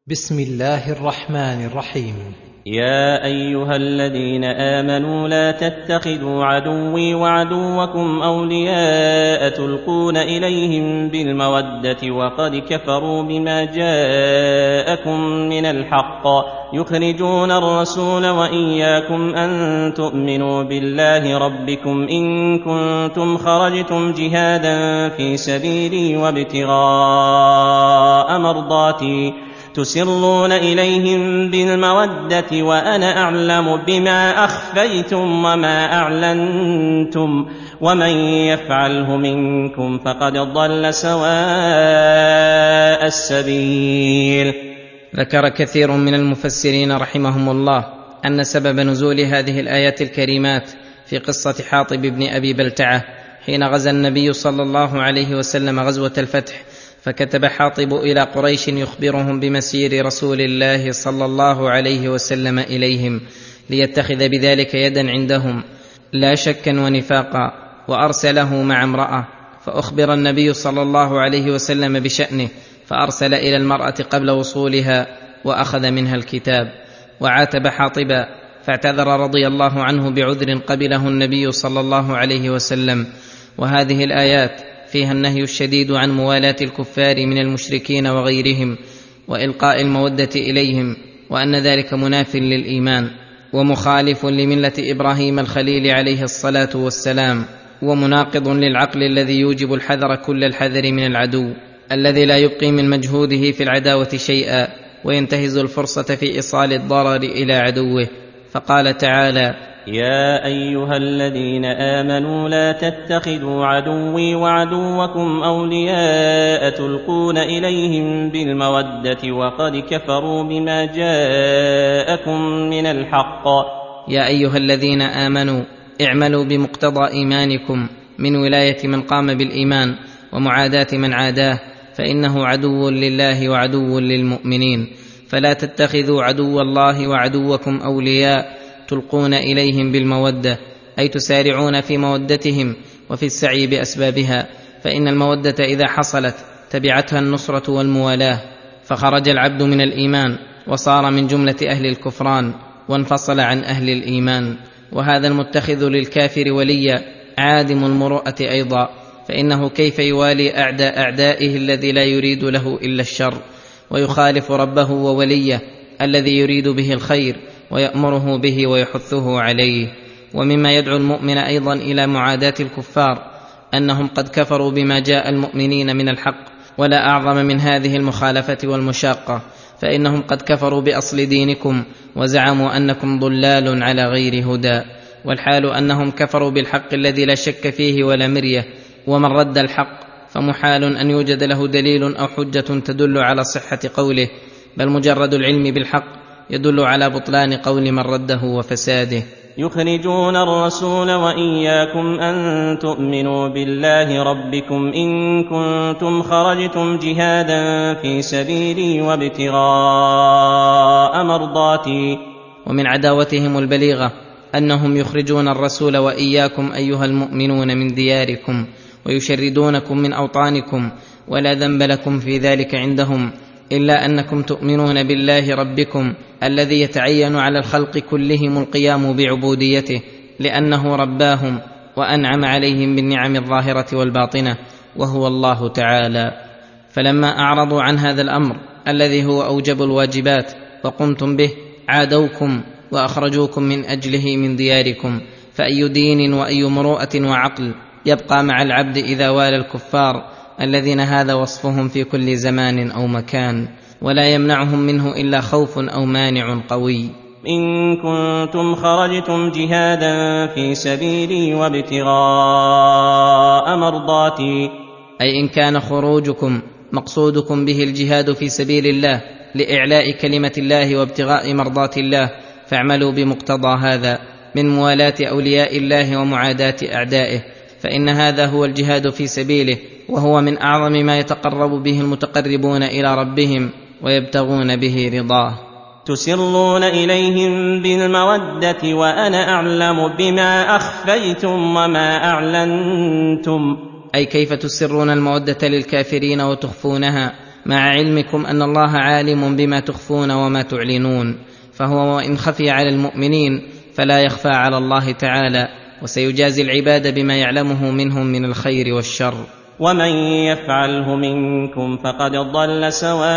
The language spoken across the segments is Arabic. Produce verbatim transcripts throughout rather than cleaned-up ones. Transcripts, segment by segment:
بسم الله الرحمن الرحيم. يا أيها الذين آمنوا لا تتخذوا عدوي وعدوكم أولياء تلقون إليهم بالمودة وقد كفروا بما جاءكم من الحق يخرجون الرسول وإياكم أن تؤمنوا بالله ربكم إن كنتم خرجتم جهادا في سبيلي وابتغاء مرضاتي تسرون إليهم بالمودة وأنا أعلم بما أخفيتم وما أعلنتم ومن يفعله منكم فقد ضل سواء السبيل. ذكر كثير من المفسرين رحمهم الله أن سبب نزول هذه الآيات الكريمات في قصة حاطب بن أبي بلتعة حين غزا النبي صلى الله عليه وسلم غزوة الفتح، فكتب حاطب إلى قريش يخبرهم بمسير رسول الله صلى الله عليه وسلم إليهم ليتخذ بذلك يدا عندهم لا شكا ونفاقا، وأرسله مع امرأة، فأخبر النبي صلى الله عليه وسلم بشأنه فأرسل إلى المرأة قبل وصولها وأخذ منها الكتاب وعاتب حاطبا، فاعتذر رضي الله عنه بعذر قبله النبي صلى الله عليه وسلم. وهذه الآيات فيها النهي الشديد عن موالاة الكفار من المشركين وغيرهم وإلقاء المودة إليهم، وأن ذلك مناف للإيمان ومخالف لملة إبراهيم الخليل عليه الصلاة والسلام، ومناقض للعقل الذي يوجب الحذر كل الحذر من العدو الذي لا يبقي من مجهوده في العداوة شيئا وينتهز الفرصة في إيصال الضرر إلى عدوه. فقال تعالى: يا أيها الذين آمنوا لا تتخذوا عدوي وعدوكم أولياء تلقون إليهم بالمودة وقد كفروا بما جاءكم من الحق. يا أيها الذين آمنوا اعملوا بمقتضى إيمانكم من ولاية من قام بالإيمان ومعاداة من عاداه، فإنه عدو لله وعدو للمؤمنين، فلا تتخذوا عدو الله وعدوكم أولياء تلقون إليهم بالمودة، أي تسارعون في مودتهم وفي السعي بأسبابها، فإن المودة إذا حصلت تبعتها النصرة والموالاة، فخرج العبد من الإيمان وصار من جملة أهل الكفران وانفصل عن أهل الإيمان. وهذا المتخذ للكافر وليا عادم المروءة أيضا، فإنه كيف يوالي أعداء أعدائه الذي لا يريد له إلا الشر، ويخالف ربه ووليه الذي يريد به الخير ويأمره به ويحثه عليه. ومما يدعو المؤمن أيضا إلى معاداة الكفار أنهم قد كفروا بما جاء المؤمنين من الحق، ولا أعظم من هذه المخالفة والمشاقة، فإنهم قد كفروا بأصل دينكم وزعموا أنكم ضلال على غير هدى، والحال أنهم كفروا بالحق الذي لا شك فيه ولا مرية. ومن رد الحق فمحال أن يوجد له دليل أو حجة تدل على صحة قوله، بل مجرد العلم بالحق يدل على بطلان قول من رده وفساده. يخرجون الرسول وإياكم أن تؤمنوا بالله ربكم إن كنتم خرجتم جهادا في سبيلي وابتغاء مرضاتي. ومن عداوتهم البليغة أنهم يخرجون الرسول وإياكم أيها المؤمنون من دياركم ويشردونكم من أوطانكم، ولا ذنب لكم في ذلك عندهم إلا أنكم تؤمنون بالله ربكم الذي يتعين على الخلق كلهم القيام بعبوديته، لأنه رباهم وأنعم عليهم بالنعم الظاهرة والباطنة، وهو الله تعالى. فلما أعرضوا عن هذا الأمر الذي هو أوجب الواجبات وقمتم به عادوكم وأخرجوكم من أجله من دياركم، فأي دين وأي مروءة وعقل يبقى مع العبد إذا والى الكفار الذين هذا وصفهم في كل زمان أو مكان، ولا يمنعهم منه إلا خوف أو مانع قوي. إن كنتم خرجتم جهادا في سبيلي وابتغاء مرضاتي، أي إن كان خروجكم مقصودكم به الجهاد في سبيل الله لإعلاء كلمة الله وابتغاء مرضات الله، فاعملوا بمقتضى هذا من موالاة أولياء الله ومعاداة أعدائه، فإن هذا هو الجهاد في سبيله، وهو من أعظم ما يتقرب به المتقربون إلى ربهم ويبتغون به رضاه. تسرون إليهم بالمودة وأنا أعلم بما أخفيتم وما أعلنتم، أي كيف تسرون المودة للكافرين وتخفونها مع علمكم أن الله عالم بما تخفون وما تعلنون، فهو وإن خفي على المؤمنين فلا يخفى على الله تعالى، وسيجازي العباد بما يعلمه منهم من الخير والشر. ومن يفعله منكم فقد ضل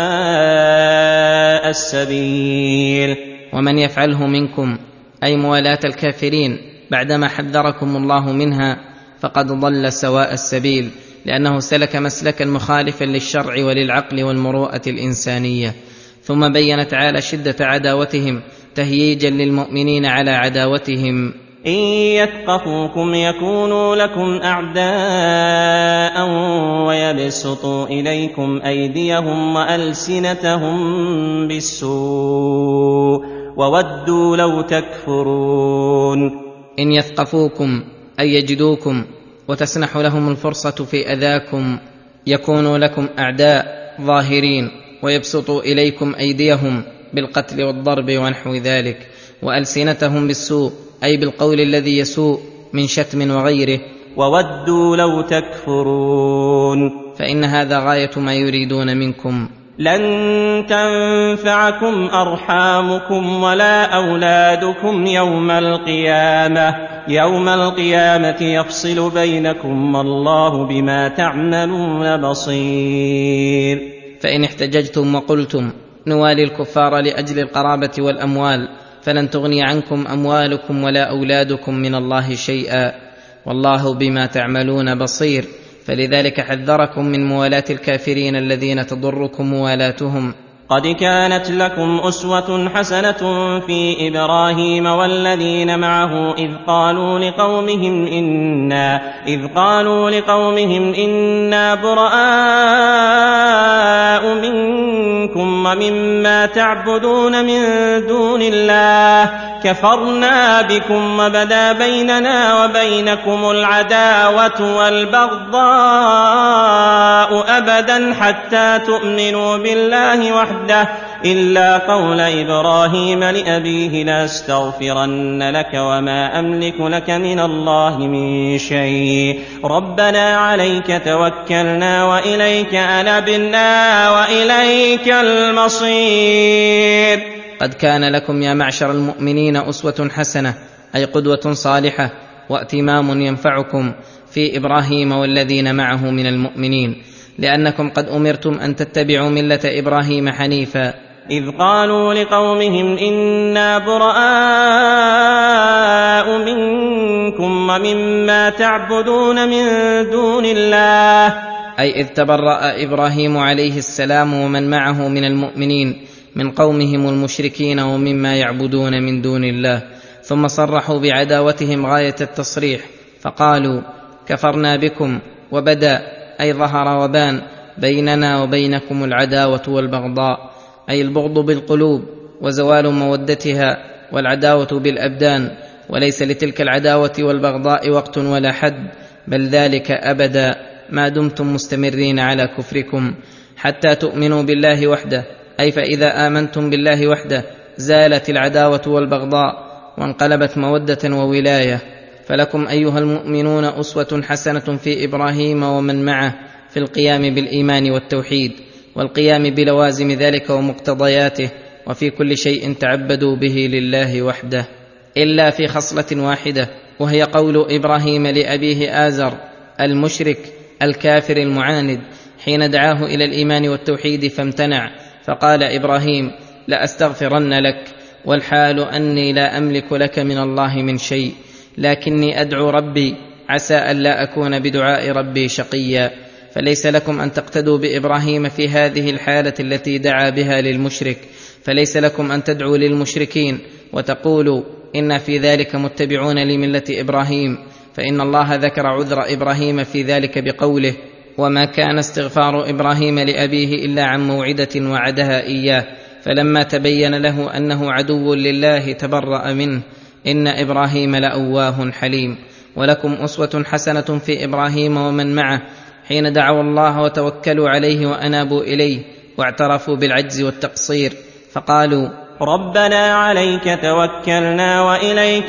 سواء السبيل. ومن يفعله منكم أي موالاة الكافرين بعدما حذركم الله منها فقد ضل سواء السبيل، لأنه سلك مسلكا مخالفا للشرع وللعقل والمروءة الإنسانية. ثم بين تعالى شدة عداوتهم تهييجا للمؤمنين على عداوتهم. إن يثقفوكم يكونوا لكم أعداء ويبسطوا إليكم أيديهم وألسنتهم بالسوء وودوا لو تكفرون. إن يثقفوكم أي يجدوكم وتسنح لهم الفرصة في أذاكم، يكونوا لكم أعداء ظاهرين ويبسطوا إليكم أيديهم بالقتل والضرب ونحو ذلك، وألسنتهم بالسوء أي بالقول الذي يسوء من شتم وغيره، وودوا لو تكفرون، فإن هذا غاية ما يريدون منكم. لن تنفعكم أرحامكم ولا أولادكم يوم القيامة يوم القيامة يفصل بينكم والله بما تعملون بصير. فإن احتججتم وقلتم نوالي الكفار لأجل القرابة والأموال فلن تغني عنكم أموالكم ولا أولادكم من الله شيئا، والله بما تعملون بصير، فلذلك حذركم من موالاة الكافرين الذين تضركم موالاتهم. قد كانت لكم أسوة حسنة في إبراهيم والذين معه إذ قالوا لقومهم إنا إذ قالوا لقومهم إنا براء منكم ومما تعبدون من دون الله كفرنا بكم وبدا بيننا وبينكم العداوة والبغضاء أبدا حتى تؤمنوا بالله وحده إلا قول إبراهيم لأبيه لأستغفرن لك وما أملك لك من الله من شيء ربنا عليك توكلنا وإليك أنبنا وإليك المصير. قد كان لكم يا معشر المؤمنين أسوة حسنة أي قدوة صالحة وائتمام ينفعكم في إبراهيم والذين معه من المؤمنين، لأنكم قد أمرتم أن تتبعوا ملة إبراهيم حنيفا. إذ قالوا لقومهم إنا براء منكم ومما تعبدون من دون الله، أي إذ تبرأ إبراهيم عليه السلام ومن معه من المؤمنين من قومهم المشركين ومما يعبدون من دون الله، ثم صرحوا بعداوتهم غاية التصريح فقالوا كفرنا بكم وبدا أي ظهر وبان بيننا وبينكم العداوة والبغضاء، أي البغض بالقلوب وزوال مودتها والعداوة بالأبدان، وليس لتلك العداوة والبغضاء وقت ولا حد، بل ذلك أبدا ما دمتم مستمرين على كفركم حتى تؤمنوا بالله وحده، أي فإذا آمنتم بالله وحده زالت العداوة والبغضاء وانقلبت مودة وولاية. فلكم أيها المؤمنون أسوة حسنة في إبراهيم ومن معه في القيام بالإيمان والتوحيد والقيام بلوازم ذلك ومقتضياته، وفي كل شيء تعبدوا به لله وحده، إلا في خصلة واحدة وهي قول إبراهيم لأبيه آزر المشرك الكافر المعاند حين دعاه إلى الإيمان والتوحيد فامتنع، فقال إبراهيم لأستغفرن لك والحال أني لا أملك لك من الله من شيء، لكني أدعو ربي عسى ألا أكون بدعاء ربي شقيا. فليس لكم أن تقتدوا بإبراهيم في هذه الحالة التي دعا بها للمشرك، فليس لكم أن تدعوا للمشركين وتقولوا إن في ذلك متبعون لملة إبراهيم، فإن الله ذكر عذر إبراهيم في ذلك بقوله وما كان استغفار إبراهيم لأبيه إلا عن موعدة وعدها إياه، فلما تبين له أنه عدو لله تبرأ منه، إن إبراهيم لأواه حليم. ولكم أسوة حسنة في إبراهيم ومن معه حين دعوا الله وتوكلوا عليه وأنابوا إليه واعترفوا بالعجز والتقصير فقالوا ربنا عليك توكلنا وإليك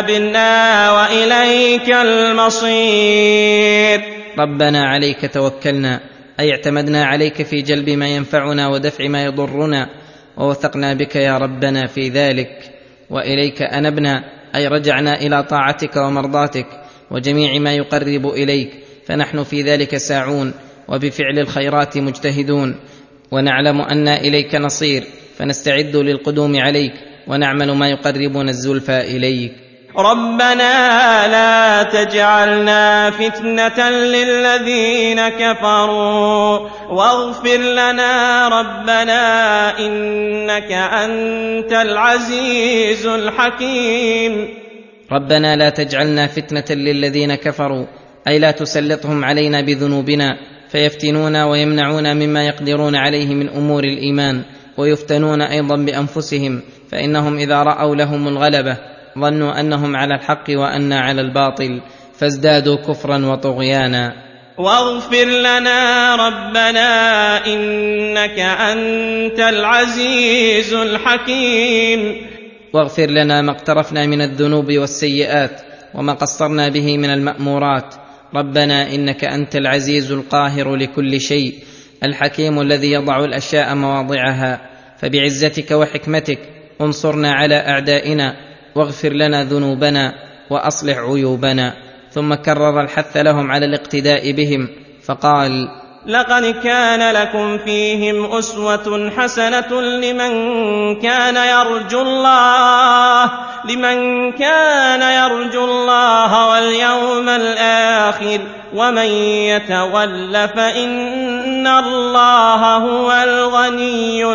أنبنا وإليك المصير. ربنا عليك توكلنا أي اعتمدنا عليك في جلب ما ينفعنا ودفع ما يضرنا، ووثقنا بك يا ربنا في ذلك. وإليك أنبنا، أي رجعنا إلى طاعتك ومرضاتك وجميع ما يقرب إليك، فنحن في ذلك ساعون وبفعل الخيرات مجتهدون، ونعلم أن إليك نصير، فنستعد للقدوم عليك ونعمل ما يقربنا الزلفى إليك. ربنا لا تجعلنا فتنة للذين كفروا واغفر لنا ربنا إنك أنت العزيز الحكيم. ربنا لا تجعلنا فتنة للذين كفروا، أي لا تسلطهم علينا بذنوبنا فيفتنونا ويمنعونا مما يقدرون عليه من أمور الإيمان، ويفتنون أيضا بأنفسهم، فإنهم إذا رأوا لهم الغلبة ظنوا أنهم على الحق وأنا على الباطل، فازدادوا كفرا وطغيانا. واغفر لنا ربنا إنك أنت العزيز الحكيم. واغفر لنا ما اقترفنا من الذنوب والسيئات وما قصرنا به من المأمورات. ربنا إنك أنت العزيز القاهر لكل شيء، الحكيم الذي يضع الأشياء مواضعها، فبعزتك وحكمتك انصرنا على أعدائنا، واغفر لنا ذنوبنا وأصلح عيوبنا. ثم كرر الحث لهم على الاقتداء بهم فقال: لقد كان لكم فيهم أسوة حسنة لمن كان يرجو الله لمن كان يرجو الله واليوم الآخر ومن يتول فإن الله هو الغني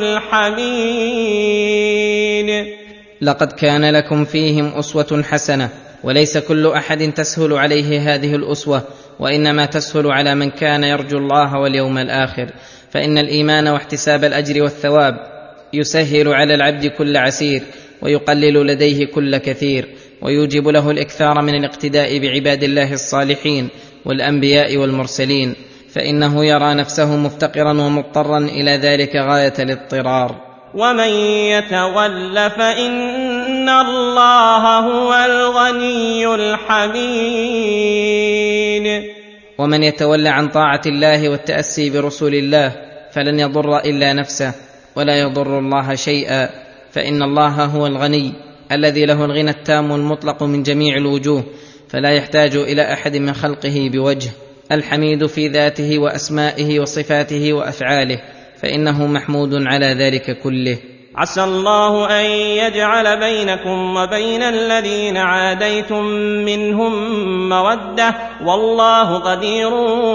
الحميد. لقد كان لكم فيهم أسوة حسنة، وليس كل أحد تسهل عليه هذه الأسوة، وإنما تسهل على من كان يرجو الله واليوم الآخر، فإن الإيمان واحتساب الأجر والثواب يسهل على العبد كل عسير، ويقلل لديه كل كثير، ويوجب له الإكثار من الاقتداء بعباد الله الصالحين والأنبياء والمرسلين، فإنه يرى نفسه مفتقرا ومضطرا إلى ذلك غاية الاضطرار. ومن يتول فإن الله هو الغني الحميد. ومن يتولى عن طاعة الله والتأسي برسول الله فلن يضر إلا نفسه ولا يضر الله شيئا، فإن الله هو الغني الذي له الغنى التام المطلق من جميع الوجوه، فلا يحتاج إلى أحد من خلقه بوجه، الحميد في ذاته وأسمائه وصفاته وأفعاله، فإنه محمود على ذلك كله. عسى الله أن يجعل بينكم وبين الذين عاديتم منهم مودة، والله قدير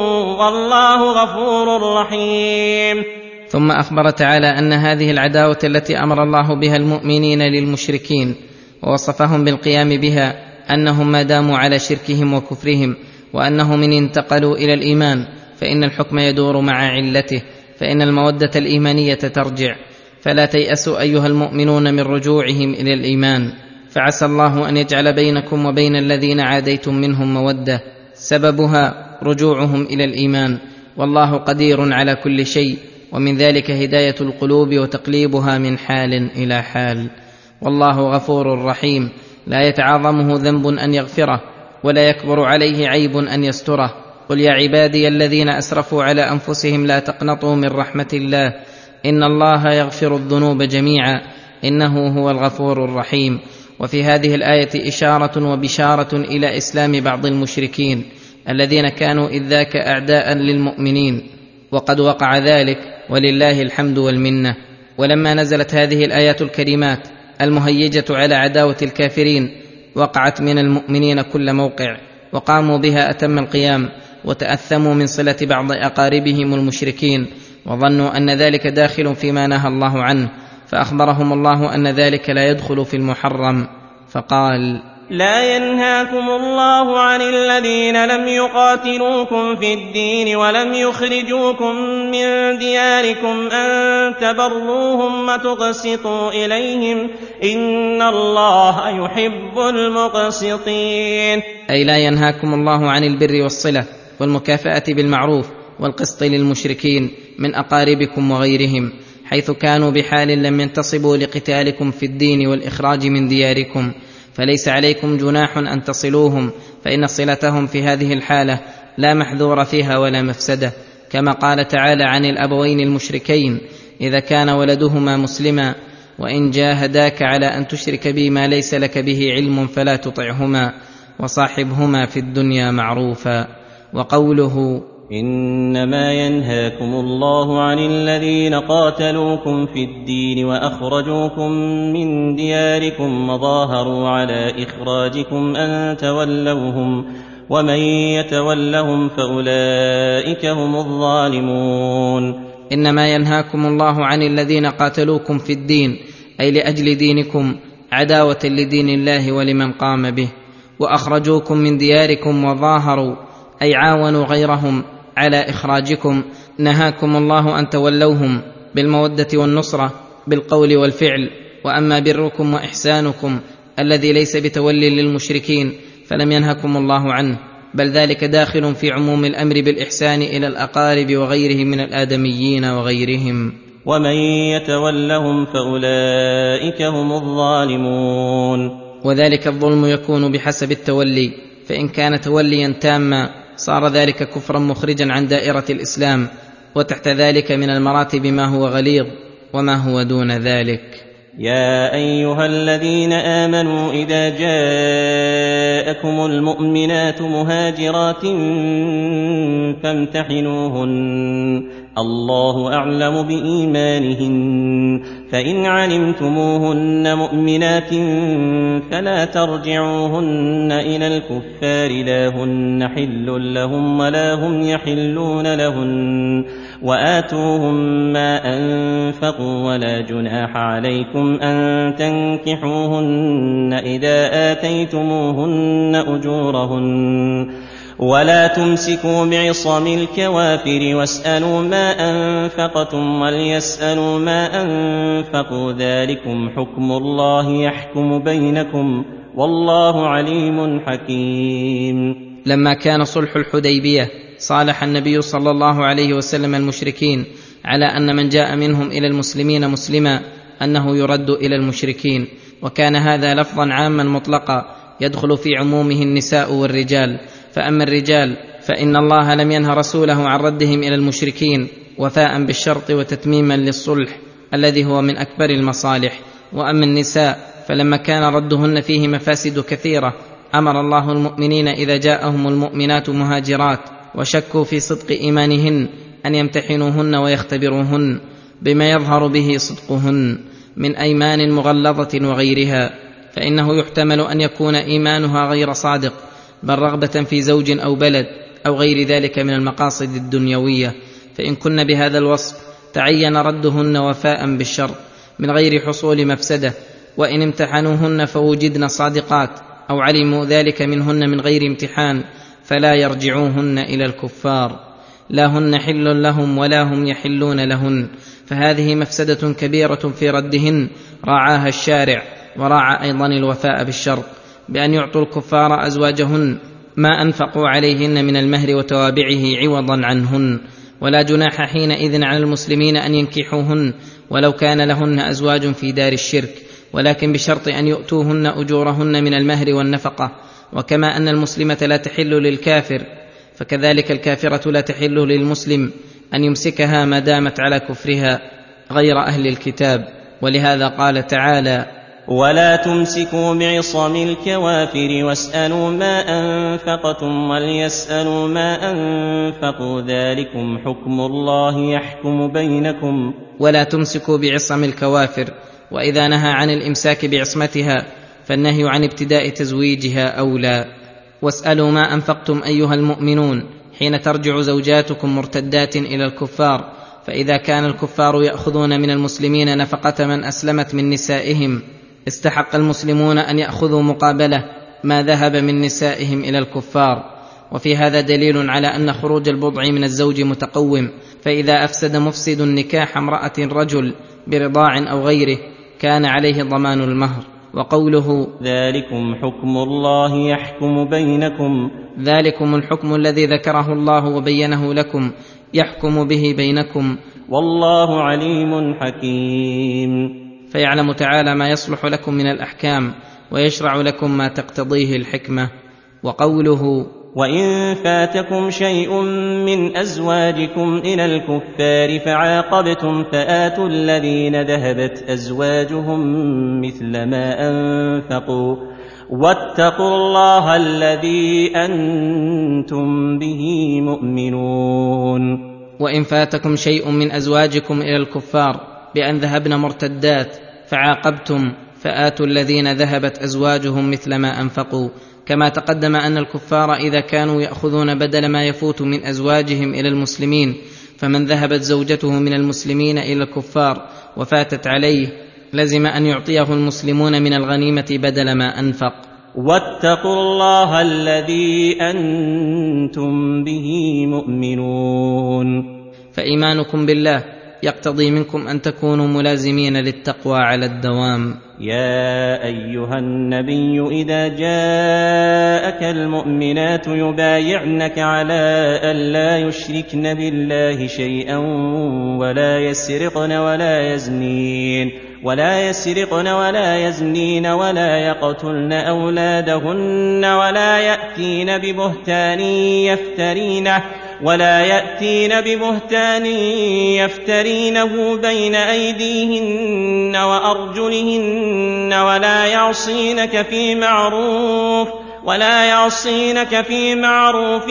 والله غفور رحيم. ثم أخبر تعالى أن هذه العداوة التي أمر الله بها المؤمنين للمشركين ووصفهم بالقيام بها أنهم ما داموا على شركهم وكفرهم، وأنهم إن انتقلوا إلى الإيمان فإن الحكم يدور مع علته، فإن المودة الإيمانية ترجع، فلا تيأسوا أيها المؤمنون من رجوعهم إلى الإيمان، فعسى الله أن يجعل بينكم وبين الذين عاديتم منهم مودة سببها رجوعهم إلى الإيمان، والله قدير على كل شيء، ومن ذلك هداية القلوب وتقليبها من حال إلى حال. والله غفور رحيم، لا يتعاظمه ذنب أن يغفره، ولا يكبر عليه عيب أن يستره. قل يا عبادي الذين أسرفوا على أنفسهم لا تقنطوا من رحمة الله، إن الله يغفر الذنوب جميعا إنه هو الغفور الرحيم. وفي هذه الآية إشارة وبشارة إلى إسلام بعض المشركين الذين كانوا إذ ذاك أعداء للمؤمنين، وقد وقع ذلك ولله الحمد والمنة. ولما نزلت هذه الآيات الكريمات المهيجة على عداوة الكافرين وقعت من المؤمنين كل موقع، وقاموا بها أتم القيام، وتأثموا من صلة بعض أقاربهم المشركين، وظنوا أن ذلك داخل فيما نهى الله عنه، فأخبرهم الله أن ذلك لا يدخل في المحرم، فقال: لا ينهاكم الله عن الذين لم يقاتلوكم في الدين ولم يخرجوكم من دياركم أن تبروهم وتقسطوا إليهم إن الله يحب المقسطين. أي لا ينهاكم الله عن البر والصلة والمكافأة بالمعروف والقسط للمشركين من أقاربكم وغيرهم، حيث كانوا بحال لم ينتصبوا لقتالكم في الدين والإخراج من دياركم، فليس عليكم جناح أن تصلوهم، فإن صلتهم في هذه الحالة لا محذور فيها ولا مفسدة، كما قال تعالى عن الأبوين المشركين: إذا كان ولدهما مسلما وإن جاهداك على أن تشرك بي ما ليس لك به علم فلا تطعهما وصاحبهما في الدنيا معروفا. وقوله: إنما ينهاكم الله عن الذين قاتلوكم في الدين وأخرجوكم من دياركم وظاهروا على إخراجكم أن تولوهم ومن يتولهم فأولئك هم الظالمون. إنما ينهاكم الله عن الذين قاتلوكم في الدين، أي لأجل دينكم، عداوة لدين الله ولمن قام به، وأخرجوكم من دياركم وظاهروا أي عاونوا غيرهم على إخراجكم. نهاكم الله أن تولوهم بالمودة والنصرة بالقول والفعل. وأما بركم وإحسانكم الذي ليس بتولي للمشركين فلم ينهكم الله عنه، بل ذلك داخل في عموم الأمر بالإحسان إلى الأقارب وغيرهم من الآدميين وغيرهم. ومن يتولهم فأولئك هم الظالمون. وذلك الظلم يكون بحسب التولي، فإن كان توليا تاما صار ذلك كفرا مخرجا عن دائرة الإسلام، وتحت ذلك من المراتب ما هو غليظ وما هو دون ذلك. يا أيها الذين آمنوا إذا جاءكم المؤمنات مهاجرات فامتحنوهن، الله أعلم بإيمانهن، فإن علمتموهن مؤمنات فلا ترجعوهن إلى الكفار لا هن حل لهم ولا هم يحلون لهن، وآتوهم ما أنفقوا ولا جناح عليكم أن تنكحوهن إذا آتيتموهن أجورهن، ولا تمسكوا بعصم الكوافر واسألوا ما أنفقتم وليسألوا ما أنفقوا، ذلكم حكم الله يحكم بينكم والله عليم حكيم. لما كان صلح الحديبية صالح النبي صلى الله عليه وسلم المشركين على أن من جاء منهم إلى المسلمين مسلما أنه يرد إلى المشركين، وكان هذا لفظا عاما مطلقا يدخل في عمومه النساء والرجال. فأما الرجال فإن الله لم ينه رسوله عن ردهم إلى المشركين وفاء بالشرط وتتميما للصلح الذي هو من أكبر المصالح. وأما النساء فلما كان ردهن فيه مفاسد كثيرة أمر الله المؤمنين إذا جاءهم المؤمنات مهاجرات وشكوا في صدق إيمانهن أن يمتحنوهن ويختبروهن بما يظهر به صدقهن من أيمان مغلظة وغيرها، فإنه يحتمل أن يكون إيمانها غير صادق، بل رغبة في زوج أو بلد أو غير ذلك من المقاصد الدنيوية. فإن كن بهذا الوصف تعين ردهن وفاء بالشرط من غير حصول مفسدة، وإن امتحنوهن فوجدن صادقات أو علموا ذلك منهن من غير امتحان فلا يرجعوهن إلى الكفار، لا هن حل لهم ولا هم يحلون لهن. فهذه مفسدة كبيرة في ردهن راعاها الشارع، وراعى أيضا الوفاء بالشرط بأن يعطوا الكفار أزواجهن ما أنفقوا عليهن من المهر وتوابعه عوضا عنهن، ولا جناح حينئذ على المسلمين أن ينكحوهن ولو كان لهن أزواج في دار الشرك، ولكن بشرط أن يؤتوهن أجورهن من المهر والنفقة. وكما أن المسلمة لا تحل للكافر فكذلك الكافرة لا تحل للمسلم أن يمسكها ما دامت على كفرها غير أهل الكتاب. ولهذا قال تعالى: ولا تمسكوا بعصم الكوافر واسألوا ما أنفقتم وليسألوا ما أنفقوا، ذلكم حكم الله يحكم بينكم. ولا تمسكوا بعصم الكوافر، وإذا نهى عن الإمساك بعصمتها فالنهي عن ابتداء تزويجها أولى. واسألوا ما أنفقتم أيها المؤمنون حين ترجع زوجاتكم مرتدات إلى الكفار، فإذا كان الكفار يأخذون من المسلمين نفقة من أسلمت من نسائهم استحق المسلمون أن يأخذوا مقابله ما ذهب من نسائهم إلى الكفار. وفي هذا دليل على أن خروج البضع من الزوج متقوم، فإذا أفسد مفسد نكاح امرأة رجل برضاع أو غيره كان عليه ضمان المهر. وقوله: ذلكم حكم الله يحكم بينكم، ذلكم الحكم الذي ذكره الله وبينه لكم يحكم به بينكم، والله عليم حكيم. فيعلم تعالى ما يصلح لكم من الأحكام ويشرع لكم ما تقتضيه الحكمة. وقوله: وإن فاتكم شيء من أزواجكم إلى الكفار فعاقبتم فآتوا الذين ذهبت أزواجهم مثل ما أنفقوا واتقوا الله الذي أنتم به مؤمنون. وإن فاتكم شيء من أزواجكم إلى الكفار بأن ذهبن مرتدات فعاقبتم فآتوا الذين ذهبت أزواجهم مثل ما أنفقوا، كما تقدم أن الكفار إذا كانوا يأخذون بدل ما يفوت من أزواجهم إلى المسلمين، فمن ذهبت زوجته من المسلمين إلى الكفار وفاتت عليه لزم أن يعطيه المسلمون من الغنيمة بدل ما أنفق. واتقوا الله الذي أنتم به مؤمنون. فإيمانكم بالله يقتضي منكم أن تكونوا ملازمين للتقوى على الدوام. يا أيها النبي إذا جاءك المؤمنات يبايعنك على أن لا يشركن بالله شيئا ولا يسرقن ولا يزنين ولا يسرقن ولا يزنين ولا يقتلن أولادهن ولا يأتين ببهتان يفترينه ولا يأتين ببهتان يفترينه بين أيديهن وأرجلهن ولا يعصينك في معروف ولا يعصينك في معروف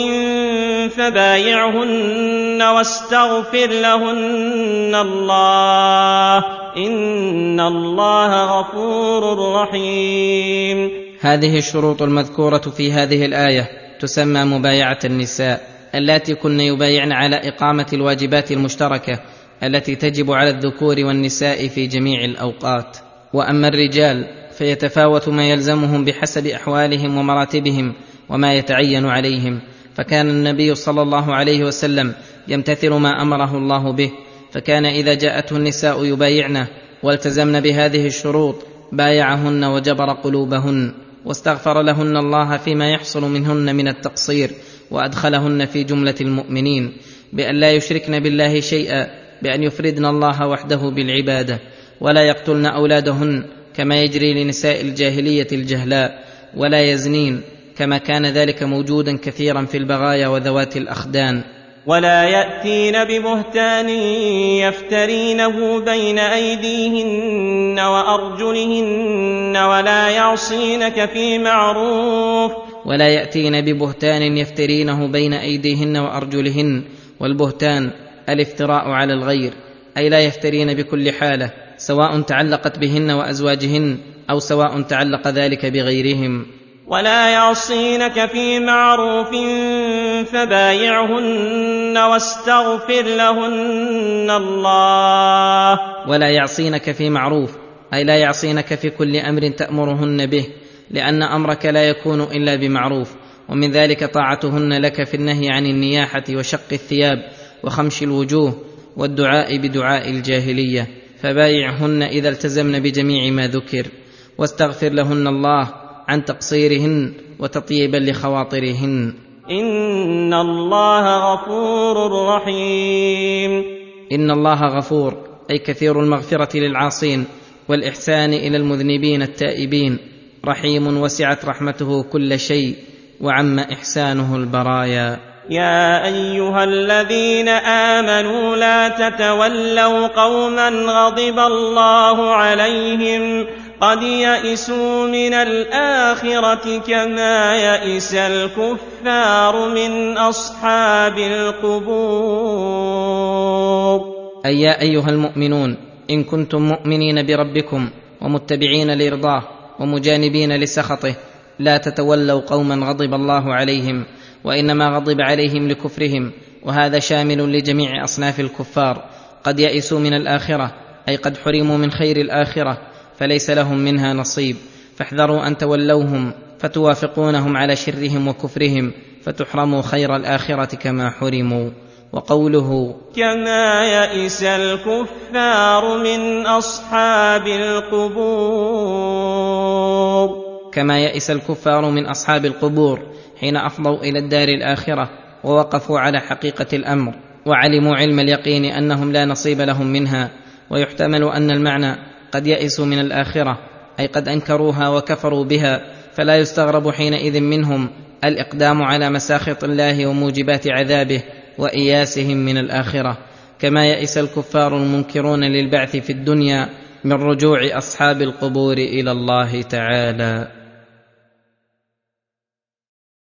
فبايعهن واستغفر لهن الله إن الله غفور رحيم. هذه الشروط المذكورة في هذه الآية تسمى مبايعة النساء، اللاتي كن يبايعن على إقامة الواجبات المشتركة التي تجب على الذكور والنساء في جميع الأوقات. وأما الرجال فيتفاوت ما يلزمهم بحسب أحوالهم ومراتبهم وما يتعين عليهم، فكان النبي صلى الله عليه وسلم يمتثل ما أمره الله به، فكان إذا جاءته النساء يبايعنه والتزمن بهذه الشروط بايعهن وجبر قلوبهن واستغفر لهن الله فيما يحصل منهن من التقصير، وأدخلهن في جملة المؤمنين بأن لا يشركن بالله شيئا، بأن يفردن الله وحده بالعبادة، ولا يقتلن أولادهن كما يجري لنساء الجاهلية الجهلاء، ولا يزنين كما كان ذلك موجودا كثيرا في البغايا وذوات الأخدان، ولا يأتين ببهتان يفترينه بين أيديهن وأرجلهن ولا يعصينك في معروف ولا يأتين ببهتان يفترينه بين أيديهن وأرجلهن. والبهتان الافتراء على الغير، أي لا يفترين بكل حالة، سواء تعلقت بهن وأزواجهن أو سواء تعلق ذلك بغيرهم. ولا يعصينك في معروف فبايعهن واستغفر لهن الله. ولا يعصينك في معروف، أي لا يعصينك في كل أمر تأمرهن به، لأن أمرك لا يكون إلا بمعروف، ومن ذلك طاعتهن لك في النهي عن النياحة وشق الثياب وخمش الوجوه والدعاء بدعاء الجاهلية، فبايعهن إذا التزمن بجميع ما ذكر، واستغفر لهن الله عن تقصيرهن وتطيبا لخواطرهن. إن الله غفور رحيم. إن الله غفور، أي كثير المغفرة للعاصين والإحسان إلى المذنبين التائبين، رحيم وسعت رحمته كل شيء وعم إحسانه البرايا. يا أيها الذين آمنوا لا تتولوا قوما غضب الله عليهم قد يئسوا من الآخرة كما يئس الكفار من أصحاب القبور. أي يا أيها المؤمنون، إن كنتم مؤمنين بربكم ومتبعين لرضاه ومجانبين لسخطه، لا تتولوا قوما غضب الله عليهم، وإنما غضب عليهم لكفرهم، وهذا شامل لجميع أصناف الكفار. قد يئسوا من الآخرة، أي قد حرموا من خير الآخرة فليس لهم منها نصيب، فاحذروا أن تولوهم فتوافقونهم على شرهم وكفرهم فتحرموا خير الآخرة كما حرموا. وقوله كما يئس الكفار من أصحاب القبور، كما يئس الكفار من أصحاب القبور حين أفضوا إلى الدار الآخرة ووقفوا على حقيقة الأمر وعلموا علم اليقين أنهم لا نصيب لهم منها. ويحتمل أن المعنى قد يئسوا من الآخرة، أي قد أنكروها وكفروا بها، فلا يستغرب حينئذ منهم الاقدام على مساخط الله وموجبات عذابه واياسهم من الاخره، كما يئس الكفار المنكرون للبعث في الدنيا من رجوع اصحاب القبور الى الله تعالى.